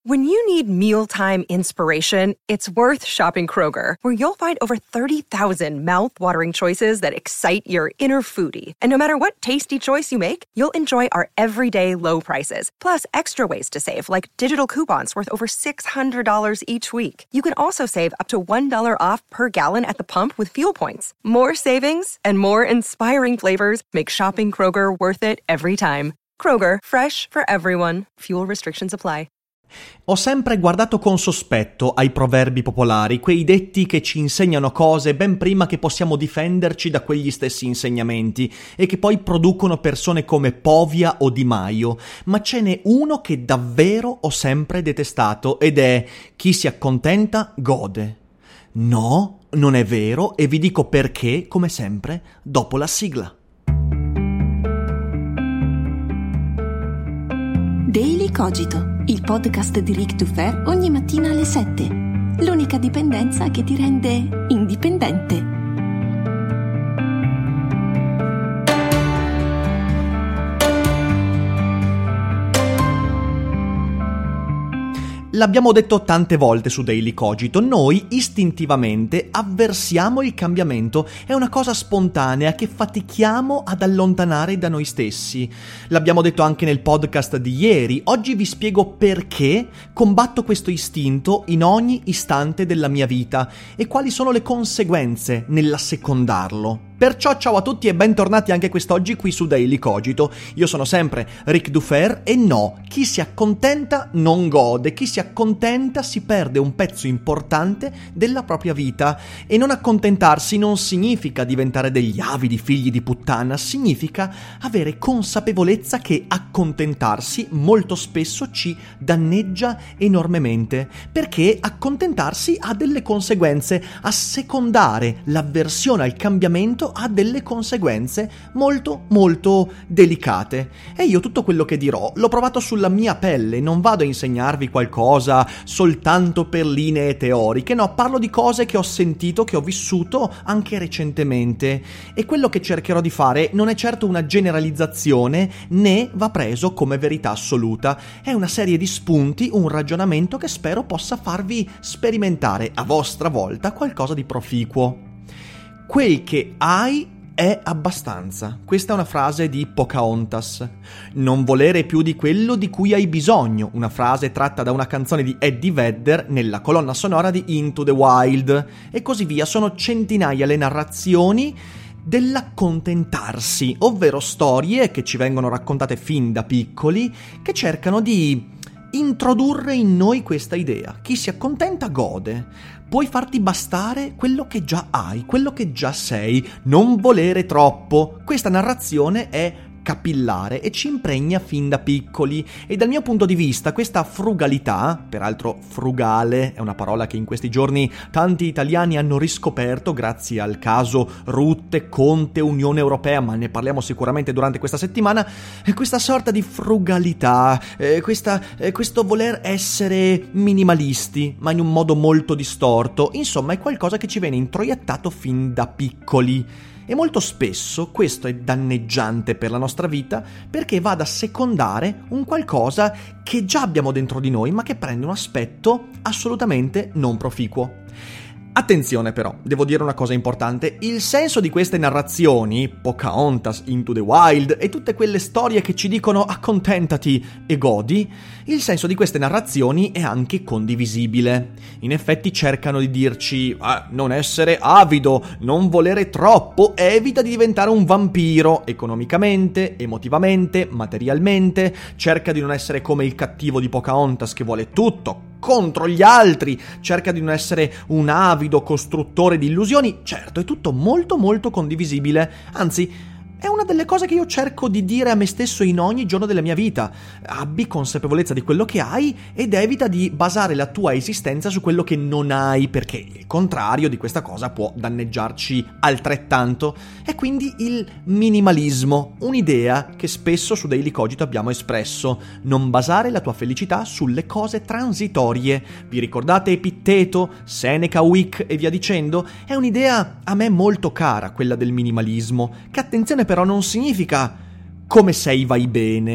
When you need mealtime inspiration, it's worth shopping Kroger, where you'll find over 30,000 mouth-watering choices that excite your inner foodie. And no matter what tasty choice you make, you'll enjoy our everyday low prices, plus extra ways to save, like digital coupons worth over $600 each week. You can also save up to $1 off per gallon at the pump with fuel points. More savings and more inspiring flavors make shopping Kroger worth it every time. Kroger, fresh for everyone. Fuel restrictions apply. Ho sempre guardato con sospetto ai proverbi popolari, quei detti che ci insegnano cose ben prima che possiamo difenderci da quegli stessi insegnamenti e che poi producono persone come Povia o Di Maio, ma ce n'è uno che davvero ho sempre detestato ed è: chi si accontenta gode. No, non è vero, e vi dico perché, come sempre, dopo la sigla. Daily Cogito, il podcast di Ric Dufer ogni mattina alle 7. L'unica dipendenza che ti rende indipendente. L'abbiamo detto tante volte su Daily Cogito, noi istintivamente avversiamo il cambiamento, è una cosa spontanea che fatichiamo ad allontanare da noi stessi. L'abbiamo detto anche nel podcast di ieri, oggi vi spiego perché combatto questo istinto in ogni istante della mia vita e quali sono le conseguenze nell'assecondarlo. Perciò ciao a tutti e bentornati anche quest'oggi qui su Daily Cogito. Io sono sempre Ric Dufer e no, chi si accontenta non gode, chi si accontenta si perde un pezzo importante della propria vita. E non accontentarsi non significa diventare degli avidi figli di puttana, significa avere consapevolezza che accontentarsi molto spesso ci danneggia enormemente, perché accontentarsi ha delle conseguenze, assecondare l'avversione al cambiamento ha delle conseguenze molto molto delicate. E io tutto quello che dirò l'ho provato sulla mia pelle, non vado a insegnarvi qualcosa soltanto per linee teoriche, no, parlo di cose che ho sentito, che ho vissuto anche recentemente, e quello che cercherò di fare non è certo una generalizzazione né va preso come verità assoluta, è una serie di spunti, un ragionamento che spero possa farvi sperimentare a vostra volta qualcosa di proficuo. Quel che hai è abbastanza. Questa è una frase di Pocahontas. Non volere più di quello di cui hai bisogno, una frase tratta da una canzone di Eddie Vedder nella colonna sonora di Into the Wild, e così via. Sono centinaia le narrazioni dell'accontentarsi, ovvero storie che ci vengono raccontate fin da piccoli, che cercano di introdurre in noi questa idea. Chi si accontenta gode. Puoi farti bastare quello che già hai, quello che già sei, non volere troppo. Questa narrazione è capillare e ci impregna fin da piccoli, e dal mio punto di vista questa frugalità, peraltro frugale è una parola che in questi giorni tanti italiani hanno riscoperto grazie al caso Rutte, Conte, Unione Europea, ma ne parliamo sicuramente durante questa settimana, questa sorta di frugalità, questo voler essere minimalisti, ma in un modo molto distorto, insomma è qualcosa che ci viene introiettato fin da piccoli. E molto spesso questo è danneggiante per la nostra vita perché va ad assecondare un qualcosa che già abbiamo dentro di noi ma che prende un aspetto assolutamente non proficuo. Attenzione però, devo dire una cosa importante, il senso di queste narrazioni, Pocahontas, Into the Wild e tutte quelle storie che ci dicono accontentati e godi, il senso di queste narrazioni è anche condivisibile. In effetti cercano di dirci non essere avido, non volere troppo, evita di diventare un vampiro, economicamente, emotivamente, materialmente, cerca di non essere come il cattivo di Pocahontas che vuole tutto contro gli altri, cerca di non essere un avido costruttore di illusioni. Certo, è tutto molto molto condivisibile, anzi è una delle cose che io cerco di dire a me stesso in ogni giorno della mia vita. Abbi consapevolezza di quello che hai ed evita di basare la tua esistenza su quello che non hai, perché il contrario di questa cosa può danneggiarci altrettanto. E quindi il minimalismo, un'idea che spesso su Daily Cogito abbiamo espresso: non basare la tua felicità sulle cose transitorie. Vi ricordate Epitteto, Seneca Week e via dicendo? È un'idea a me molto cara, quella del minimalismo, che attenzione però non significa come sei vai bene,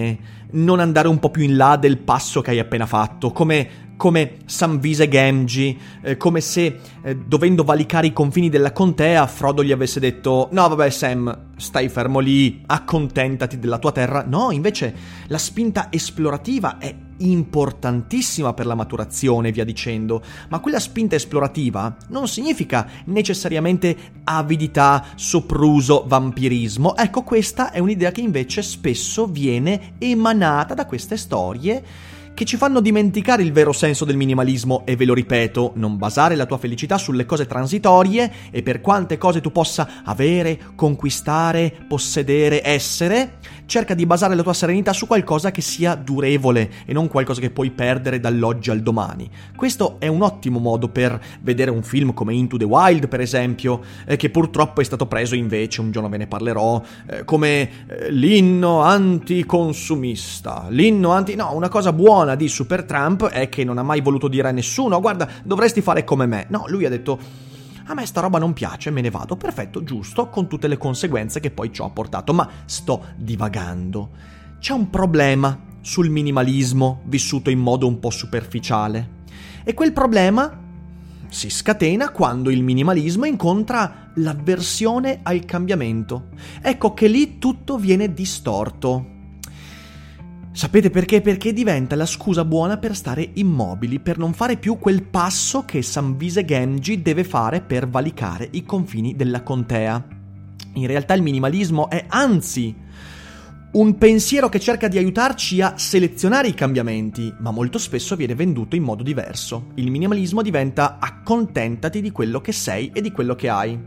non andare un po' più in là del passo che hai appena fatto, come Samvise Gamgee, come se dovendo valicare i confini della contea Frodo gli avesse detto: no vabbè Sam, stai fermo lì, accontentati della tua terra. No, invece la spinta esplorativa è importantissima per la maturazione e via dicendo, ma quella spinta esplorativa non significa necessariamente avidità, sopruso, vampirismo. Ecco, questa è un'idea che invece spesso viene emanata da queste storie che ci fanno dimenticare il vero senso del minimalismo. E ve lo ripeto, non basare la tua felicità sulle cose transitorie, e per quante cose tu possa avere, conquistare, possedere, essere, cerca di basare la tua serenità su qualcosa che sia durevole e non qualcosa che puoi perdere dall'oggi al domani. Questo è un ottimo modo per vedere un film come Into the Wild, per esempio, che purtroppo è stato preso invece, un giorno ve ne parlerò, come l'inno anticonsumista, no, una cosa buona di Supertramp è che non ha mai voluto dire a nessuno: guarda, dovresti fare come me. No, lui ha detto: a me sta roba non piace, me ne vado. Perfetto, giusto, con tutte le conseguenze che poi ciò ha portato. Ma sto divagando. C'è un problema sul minimalismo vissuto in modo un po' superficiale, e quel problema si scatena quando il minimalismo incontra l'avversione al cambiamento. Ecco che lì tutto viene distorto. Sapete perché? Perché diventa la scusa buona per stare immobili, per non fare più quel passo che Samvise Gamgee deve fare per valicare i confini della contea. In realtà il minimalismo è anzi un pensiero che cerca di aiutarci a selezionare i cambiamenti, ma molto spesso viene venduto in modo diverso. Il minimalismo diventa: accontentati di quello che sei e di quello che hai.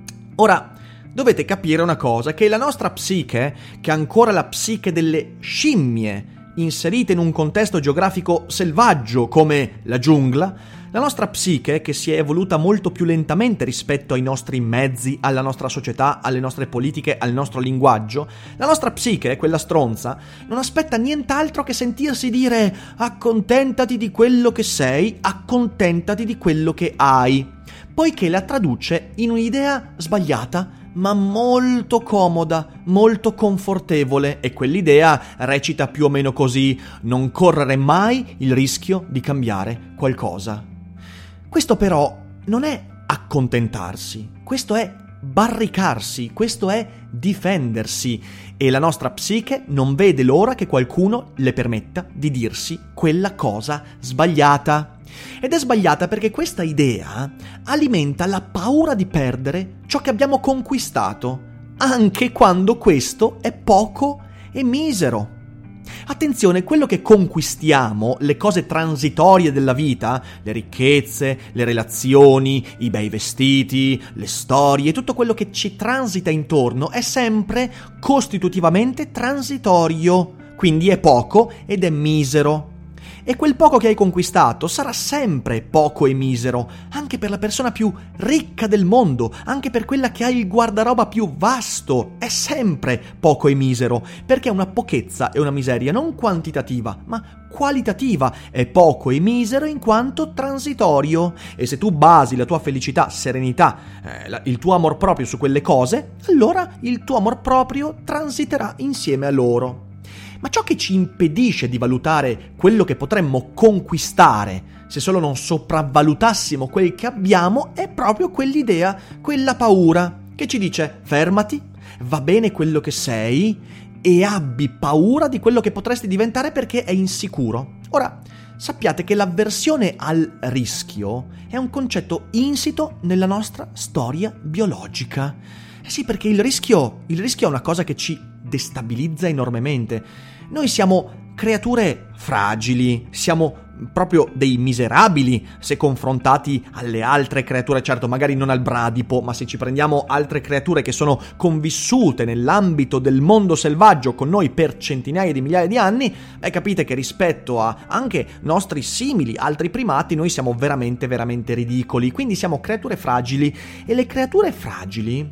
Ora, dovete capire una cosa, che la nostra psiche, che è ancora la psiche delle scimmie, inserite in un contesto geografico selvaggio come la giungla, la nostra psiche, che si è evoluta molto più lentamente rispetto ai nostri mezzi, alla nostra società, alle nostre politiche, al nostro linguaggio, la nostra psiche, quella stronza, non aspetta nient'altro che sentirsi dire: accontentati di quello che sei, accontentati di quello che hai, poiché la traduce in un'idea sbagliata, ma molto comoda, molto confortevole, e quell'idea recita più o meno così: non correre mai il rischio di cambiare qualcosa. Questo però non è accontentarsi, questo è barricarsi, questo è difendersi, e la nostra psiche non vede l'ora che qualcuno le permetta di dirsi quella cosa sbagliata. Ed è sbagliata perché questa idea alimenta la paura di perdere ciò che abbiamo conquistato, anche quando questo è poco e misero. Attenzione, quello che conquistiamo, le cose transitorie della vita, le ricchezze, le relazioni, i bei vestiti, le storie, tutto quello che ci transita intorno è sempre costitutivamente transitorio, quindi è poco ed è misero. E quel poco che hai conquistato sarà sempre poco e misero, anche per la persona più ricca del mondo, anche per quella che ha il guardaroba più vasto, è sempre poco e misero, perché è una pochezza e una miseria non quantitativa, ma qualitativa. È poco e misero in quanto transitorio, e se tu basi la tua felicità, serenità, il tuo amor proprio su quelle cose, allora il tuo amor proprio transiterà insieme a loro. Ma ciò che ci impedisce di valutare quello che potremmo conquistare, se solo non sopravvalutassimo quel che abbiamo, è proprio quell'idea, quella paura che ci dice: fermati, va bene quello che sei e abbi paura di quello che potresti diventare perché è insicuro. Ora, sappiate che l'avversione al rischio è un concetto insito nella nostra storia biologica. Sì, perché il rischio è una cosa che ci destabilizza enormemente. Noi siamo creature fragili, siamo proprio dei miserabili se confrontati alle altre creature, certo magari non al bradipo, ma se ci prendiamo altre creature che sono convissute nell'ambito del mondo selvaggio con noi per centinaia di migliaia di anni, capite che rispetto a anche nostri simili, altri primati, noi siamo veramente veramente ridicoli, quindi siamo creature fragili, e le creature fragili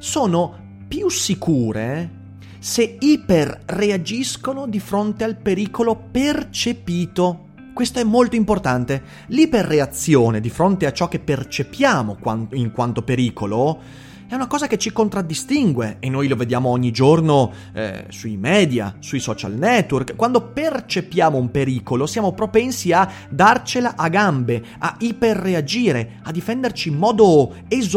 sono più sicure se iperreagiscono di fronte al pericolo percepito. Questo è molto importante. L'iperreazione di fronte a ciò che percepiamo in quanto pericolo è una cosa che ci contraddistingue e noi lo vediamo ogni giorno sui media, sui social network. Quando percepiamo un pericolo siamo propensi a darcela a gambe, a iperreagire, a difenderci in modo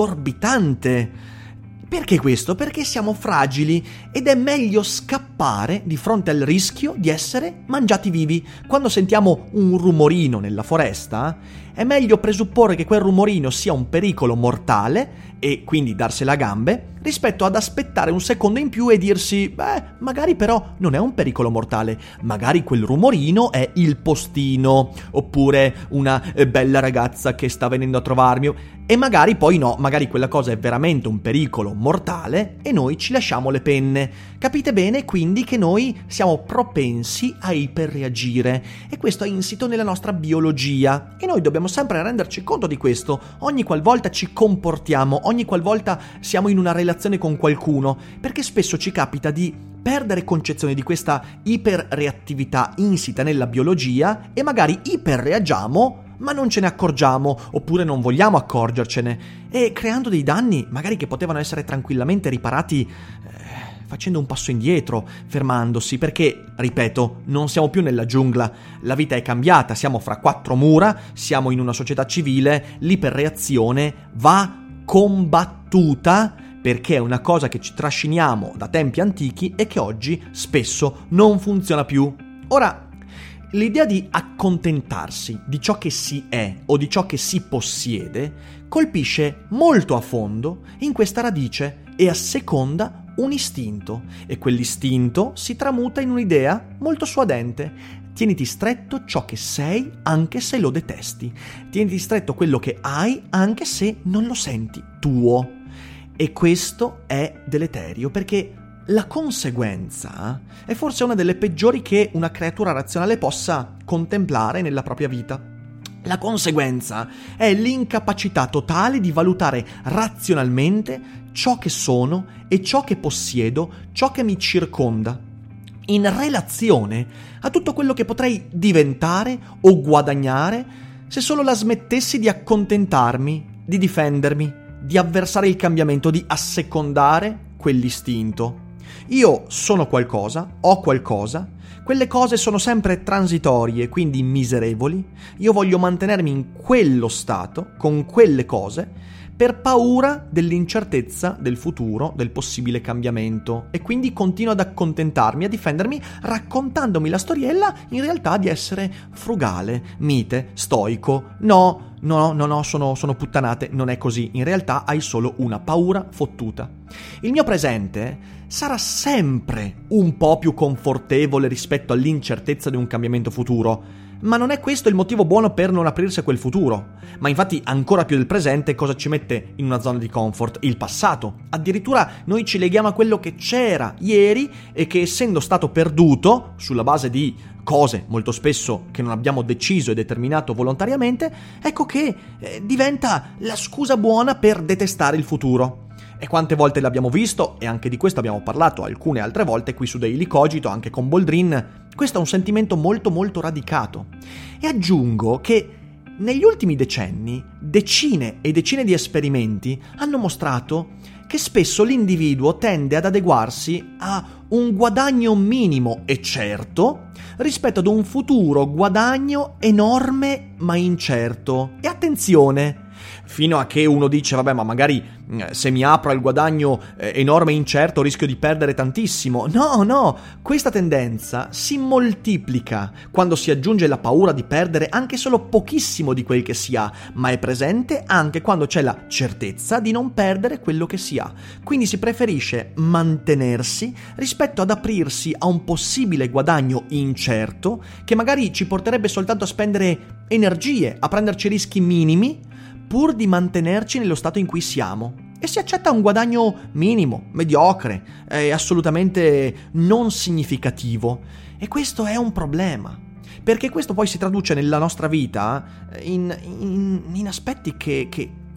esorbitante. Perché questo? Perché siamo fragili ed è meglio scappare di fronte al rischio di essere mangiati vivi. Quando sentiamo un rumorino nella foresta, è meglio presupporre che quel rumorino sia un pericolo mortale e quindi darsela a gambe, rispetto ad aspettare un secondo in più e dirsi magari però non è un pericolo mortale, magari quel rumorino è il postino, oppure una bella ragazza che sta venendo a trovarmi, e magari poi no, magari quella cosa è veramente un pericolo mortale e noi ci lasciamo le penne. Capite bene quindi che noi siamo propensi a iperreagire e questo è insito nella nostra biologia e noi dobbiamo sempre renderci conto di questo ogni qualvolta ci comportiamo, ogni qualvolta siamo in una relazione con qualcuno, perché spesso ci capita di perdere concezione di questa iperreattività insita nella biologia e magari iperreagiamo ma non ce ne accorgiamo oppure non vogliamo accorgercene e creando dei danni magari che potevano essere tranquillamente riparati facendo un passo indietro, fermandosi, perché, ripeto, non siamo più nella giungla, la vita è cambiata, siamo fra quattro mura, siamo in una società civile, l'iperreazione va combattuta perché è una cosa che ci trasciniamo da tempi antichi e che oggi spesso non funziona più. Ora, l'idea di accontentarsi di ciò che si è o di ciò che si possiede colpisce molto a fondo in questa radice e asseconda un istinto e quell'istinto si tramuta in un'idea molto suadente. Tieniti stretto ciò che sei anche se lo detesti. Tieniti stretto quello che hai anche se non lo senti tuo. E questo è deleterio perché la conseguenza è forse una delle peggiori che una creatura razionale possa contemplare nella propria vita. La conseguenza è l'incapacità totale di valutare razionalmente ciò che sono e ciò che possiedo, ciò che mi circonda, in relazione a tutto quello che potrei diventare o guadagnare se solo la smettessi di accontentarmi, di difendermi, di avversare il cambiamento, di assecondare quell'istinto. Io sono qualcosa, ho qualcosa, quelle cose sono sempre transitorie, quindi miserevoli, io voglio mantenermi in quello stato, con quelle cose, per paura dell'incertezza del futuro, del possibile cambiamento, e quindi continuo ad accontentarmi, a difendermi, raccontandomi la storiella in realtà di essere frugale, mite, stoico. No, sono puttanate, non è così, in realtà hai solo una paura fottuta. Il mio presente sarà sempre un po' più confortevole rispetto all'incertezza di un cambiamento futuro, ma non è questo il motivo buono per non aprirsi a quel futuro. Ma infatti ancora più del presente cosa ci mette in una zona di comfort? Il passato. Addirittura noi ci leghiamo a quello che c'era ieri e che essendo stato perduto sulla base di cose molto spesso che non abbiamo deciso e determinato volontariamente, ecco che diventa la scusa buona per detestare il futuro. E quante volte l'abbiamo visto, e anche di questo abbiamo parlato alcune altre volte qui su Daily Cogito, anche con Boldrin, questo è un sentimento molto molto radicato. E aggiungo che negli ultimi decenni decine e decine di esperimenti hanno mostrato che spesso l'individuo tende ad adeguarsi a un guadagno minimo e certo rispetto ad un futuro guadagno enorme ma incerto. E attenzione! Fino a che uno dice, vabbè, ma magari se mi apro al guadagno enorme e incerto rischio di perdere tantissimo. No, questa tendenza si moltiplica quando si aggiunge la paura di perdere anche solo pochissimo di quel che si ha, ma è presente anche quando c'è la certezza di non perdere quello che si ha. Quindi si preferisce mantenersi rispetto ad aprirsi a un possibile guadagno incerto che magari ci porterebbe soltanto a spendere energie, a prenderci rischi minimi, pur di mantenerci nello stato in cui siamo. E si accetta un guadagno minimo, mediocre, assolutamente non significativo. E questo è un problema, perché questo poi si traduce nella nostra vita in aspetti che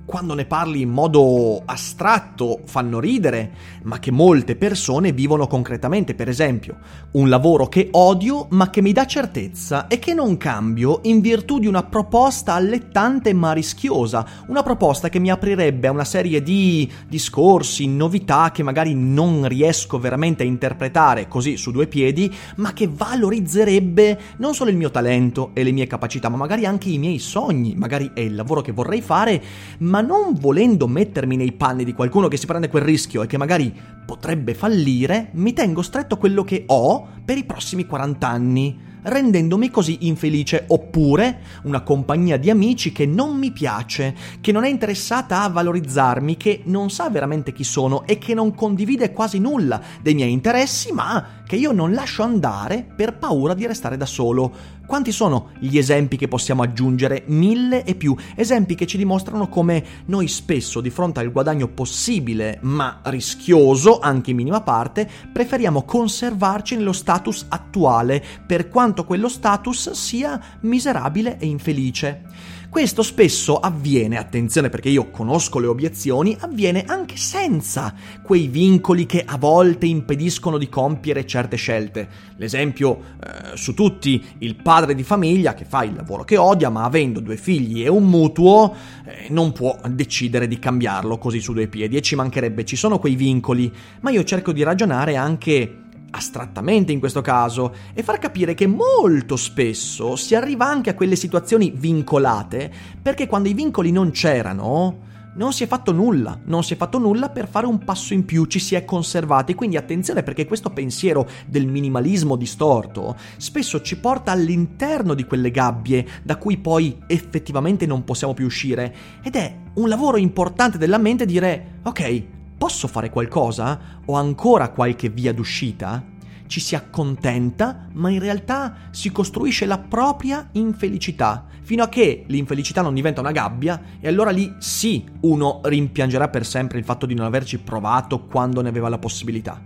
quando ne parli in modo astratto fanno ridere, ma che molte persone vivono concretamente. Per esempio, un lavoro che odio ma che mi dà certezza e che non cambio in virtù di una proposta allettante ma rischiosa, una proposta che mi aprirebbe a una serie di discorsi, novità che magari non riesco veramente a interpretare così su due piedi, ma che valorizzerebbe non solo il mio talento e le mie capacità, ma magari anche i miei sogni. Magari è il lavoro che vorrei fare, ma non volendo mettermi nei panni di qualcuno che si prende quel rischio e che magari potrebbe fallire, mi tengo stretto a quello che ho per i prossimi 40 anni, rendendomi così infelice. Oppure una compagnia di amici che non mi piace, che non è interessata a valorizzarmi, che non sa veramente chi sono e che non condivide quasi nulla dei miei interessi, ma che io non lascio andare per paura di restare da solo. Quanti sono gli esempi che possiamo aggiungere? 1000 e più, esempi che ci dimostrano come noi spesso, di fronte al guadagno possibile ma rischioso, anche in minima parte, preferiamo conservarci nello status attuale, per quanto quello status sia miserabile e infelice. Questo spesso avviene, attenzione perché io conosco le obiezioni, avviene anche senza quei vincoli che a volte impediscono di compiere certe scelte. L'esempio su tutti, il padre di famiglia che fa il lavoro che odia, ma avendo 2 figli e un mutuo non può decidere di cambiarlo così su 2 piedi, e ci mancherebbe, ci sono quei vincoli, ma io cerco di ragionare anche astrattamente in questo caso e far capire che molto spesso si arriva anche a quelle situazioni vincolate perché quando i vincoli non c'erano non si è fatto nulla per fare un passo in più, ci si è conservati. Quindi attenzione, perché questo pensiero del minimalismo distorto spesso ci porta all'interno di quelle gabbie da cui poi effettivamente non possiamo più uscire, ed è un lavoro importante della mente dire: ok, posso fare qualcosa? Ho ancora qualche via d'uscita? Ci si accontenta, ma in realtà si costruisce la propria infelicità, fino a che l'infelicità non diventa una gabbia, e allora lì sì, uno rimpiangerà per sempre il fatto di non averci provato quando ne aveva la possibilità.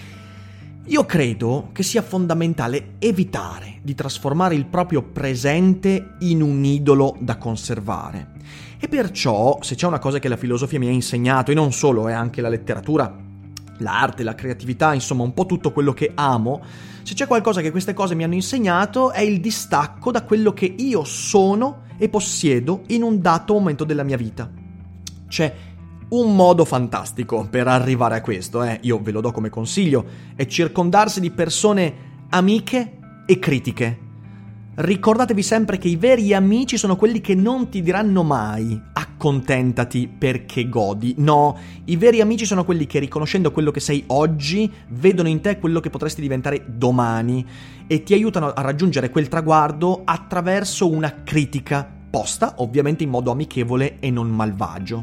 Io credo che sia fondamentale evitare di trasformare il proprio presente in un idolo da conservare. E perciò, se c'è una cosa che la filosofia mi ha insegnato, e non solo, è anche la letteratura, l'arte, la creatività, insomma un po' tutto quello che amo, se c'è qualcosa che queste cose mi hanno insegnato è il distacco da quello che io sono e possiedo in un dato momento della mia vita. C'è un modo fantastico per arrivare a questo, io ve lo do come consiglio, è circondarsi di persone amiche e critiche. Ricordatevi sempre che i veri amici sono quelli che non ti diranno mai accontentati perché godi. No, i veri amici sono quelli che, riconoscendo quello che sei oggi, vedono in te quello che potresti diventare domani e ti aiutano a raggiungere quel traguardo attraverso una critica posta, ovviamente in modo amichevole e non malvagio.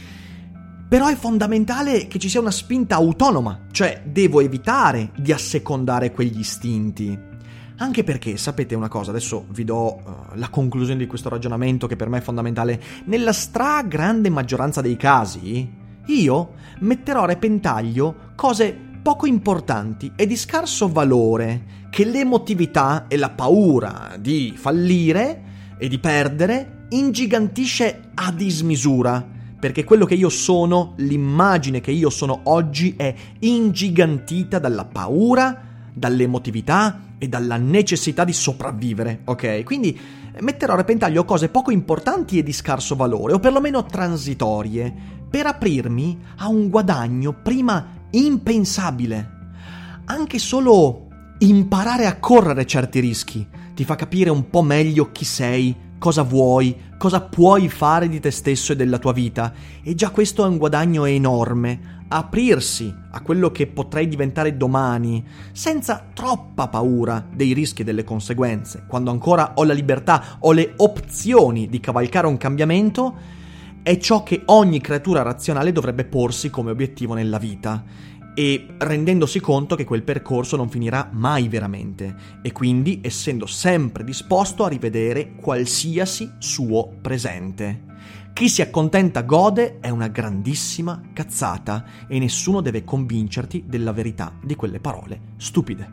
Però è fondamentale che ci sia una spinta autonoma, cioè devo evitare di assecondare quegli istinti. Anche perché, sapete una cosa, adesso vi do la conclusione di questo ragionamento che per me è fondamentale. Nella stragrande maggioranza dei casi, io metterò a repentaglio cose poco importanti e di scarso valore che l'emotività e la paura di fallire e di perdere ingigantisce a dismisura. Perché quello che io sono, l'immagine che io sono oggi è ingigantita dalla paura, dall'emotività e dalla necessità di sopravvivere, ok? Quindi metterò a repentaglio cose poco importanti e di scarso valore, o perlomeno transitorie, per aprirmi a un guadagno prima impensabile. Anche solo imparare a correre certi rischi ti fa capire un po' meglio chi sei, cosa vuoi, cosa puoi fare di te stesso e della tua vita, e già questo è un guadagno enorme. Aprirsi a quello che potrei diventare domani, senza troppa paura dei rischi e delle conseguenze, quando ancora ho la libertà, ho le opzioni di cavalcare un cambiamento, è ciò che ogni creatura razionale dovrebbe porsi come obiettivo nella vita, e rendendosi conto che quel percorso non finirà mai veramente, e quindi essendo sempre disposto a rivedere qualsiasi suo presente. Chi si accontenta gode è una grandissima cazzata e nessuno deve convincerti della verità di quelle parole stupide.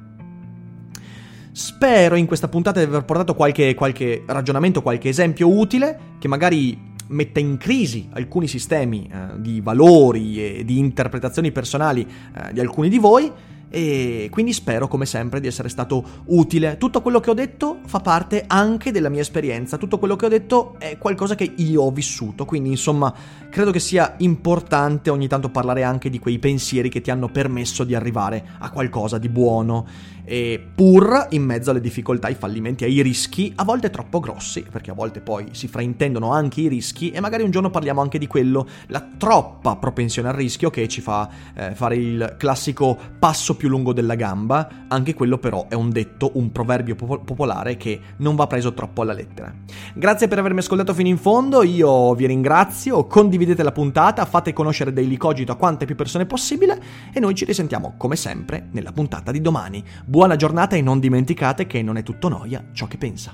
Spero in questa puntata di aver portato qualche ragionamento, qualche esempio utile che magari metta in crisi alcuni sistemi di valori e di interpretazioni personali di alcuni di voi, e quindi spero come sempre di essere stato utile. Tutto quello che ho detto fa parte anche della mia esperienza, tutto quello che ho detto è qualcosa che io ho vissuto, quindi insomma credo che sia importante ogni tanto parlare anche di quei pensieri che ti hanno permesso di arrivare a qualcosa di buono, e pur in mezzo alle difficoltà, ai fallimenti, ai rischi, a volte troppo grossi, perché a volte poi si fraintendono anche i rischi, e magari un giorno parliamo anche di quello, la troppa propensione al rischio che ci fa fare il classico passo più lungo della gamba. Anche quello però è un detto, un proverbio popolare che non va preso troppo alla lettera. Grazie per avermi ascoltato fino in fondo, io vi ringrazio, condividete la puntata, fate conoscere Daily Cogito a quante più persone possibile, e noi ci risentiamo come sempre nella puntata di domani. Buona giornata e non dimenticate che non è tutto noia ciò che pensa.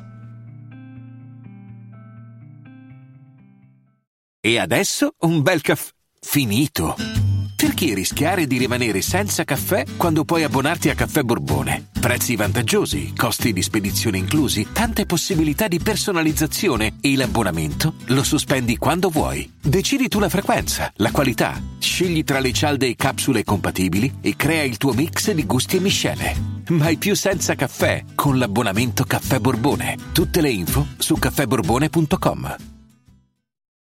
E adesso un bel caffè finito. Perché rischiare di rimanere senza caffè quando puoi abbonarti a Caffè Borbone? Prezzi vantaggiosi, costi di spedizione inclusi, tante possibilità di personalizzazione e l'abbonamento lo sospendi quando vuoi. Decidi tu la frequenza, la qualità, scegli tra le cialde e capsule compatibili e crea il tuo mix di gusti e miscele. Mai più senza caffè con l'abbonamento Caffè Borbone. Tutte le info su caffèborbone.com.